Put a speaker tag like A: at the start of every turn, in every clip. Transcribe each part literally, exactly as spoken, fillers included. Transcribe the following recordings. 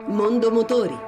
A: Mondo Motori.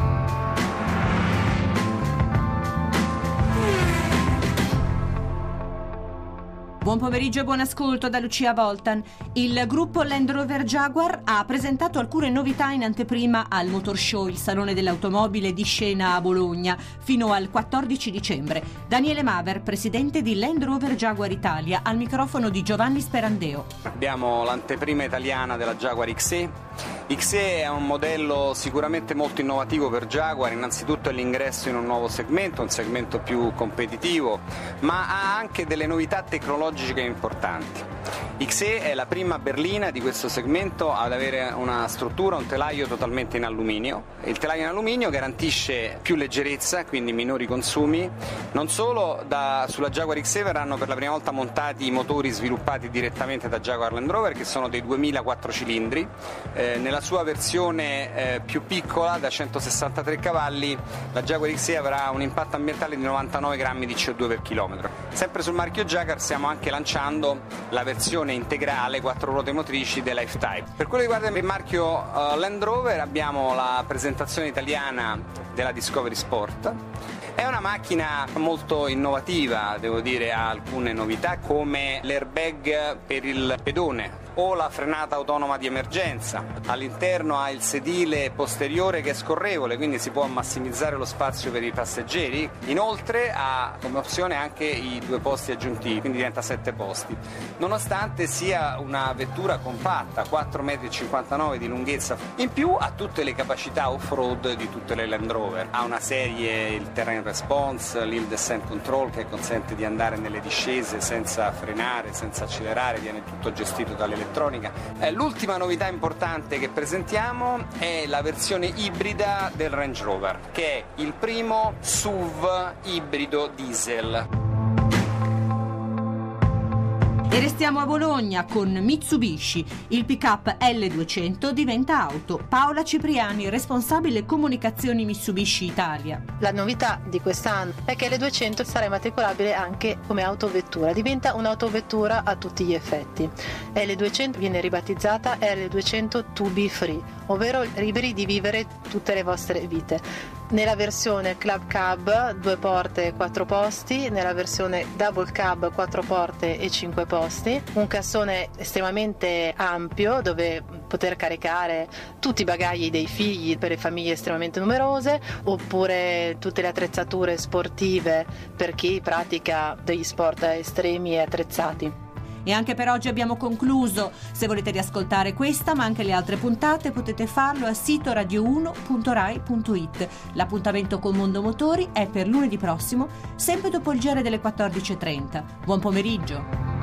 B: Buon pomeriggio e buon ascolto da Lucia Voltan. Il gruppo Land Rover Jaguar ha presentato alcune novità in anteprima al Motor Show, il salone dell'automobile di scena a Bologna, fino al quattordici dicembre. Daniele Maver, presidente di Land Rover Jaguar Italia, al microfono di Giovanni Sperandeo.
C: Abbiamo l'anteprima italiana della Jaguar X E. X E è un modello sicuramente molto innovativo per Jaguar. Innanzitutto è l'ingresso in un nuovo segmento, un segmento più competitivo, ma ha anche delle novità tecnologiche importanti. X E è la prima berlina di questo segmento ad avere una struttura, un telaio totalmente in alluminio. Il telaio in alluminio garantisce più leggerezza, quindi minori consumi. Non solo, da, sulla Jaguar X E verranno per la prima volta montati i motori sviluppati direttamente da Jaguar Land Rover, che sono dei duemilaquattro cilindri. Eh, nella sua versione eh, più piccola, da centosessantatré cavalli, la Jaguar X E avrà un impatto ambientale di novantanove grammi di C O due per chilometro. Sempre sul marchio Jaguar stiamo anche lanciando la versione integrale quattro ruote motrici della F-Type. Per quello che riguarda il marchio uh, Land Rover, abbiamo la presentazione italiana della Discovery Sport. È una macchina molto innovativa, devo dire, ha alcune novità come l'airbag per il pedone o la frenata autonoma di emergenza. All'interno ha il sedile posteriore che è scorrevole, quindi si può massimizzare lo spazio per i passeggeri. Inoltre ha come opzione anche i due posti aggiuntivi, quindi diventa sette posti. Nonostante sia una vettura compatta, quattro virgola cinquantanove metri di lunghezza, in più ha tutte le capacità off-road di tutte le Land Rover. Ha una serie, il terrain response, l'hill descent control, che consente di andare nelle discese senza frenare, senza accelerare, viene tutto gestito dall'elettronica. Eh, l'ultima novità importante che presentiamo è la versione ibrida del Range Rover, che è il primo S U V ibrido diesel.
B: E restiamo a Bologna con Mitsubishi. Il pick-up L duecento diventa auto. Paola Cipriani, responsabile comunicazioni Mitsubishi Italia.
D: La novità di quest'anno è che L duecento sarà immatricolabile anche come autovettura. Diventa un'autovettura a tutti gli effetti. L duecento viene ribattezzata L duecento To Be Free, ovvero liberi di vivere tutte le vostre vite. Nella versione Club Cab due porte e quattro posti, nella versione Double Cab quattro porte e cinque posti, un cassone estremamente ampio dove poter caricare tutti i bagagli dei figli per le famiglie estremamente numerose, oppure tutte le attrezzature sportive per chi pratica degli sport estremi e attrezzati.
B: E anche per oggi abbiamo concluso. Se volete riascoltare questa ma anche le altre puntate potete farlo al sito radio uno punto rai punto it. L'appuntamento con Mondo Motori è per lunedì prossimo, sempre dopo il G R delle quattordici e trenta. Buon pomeriggio!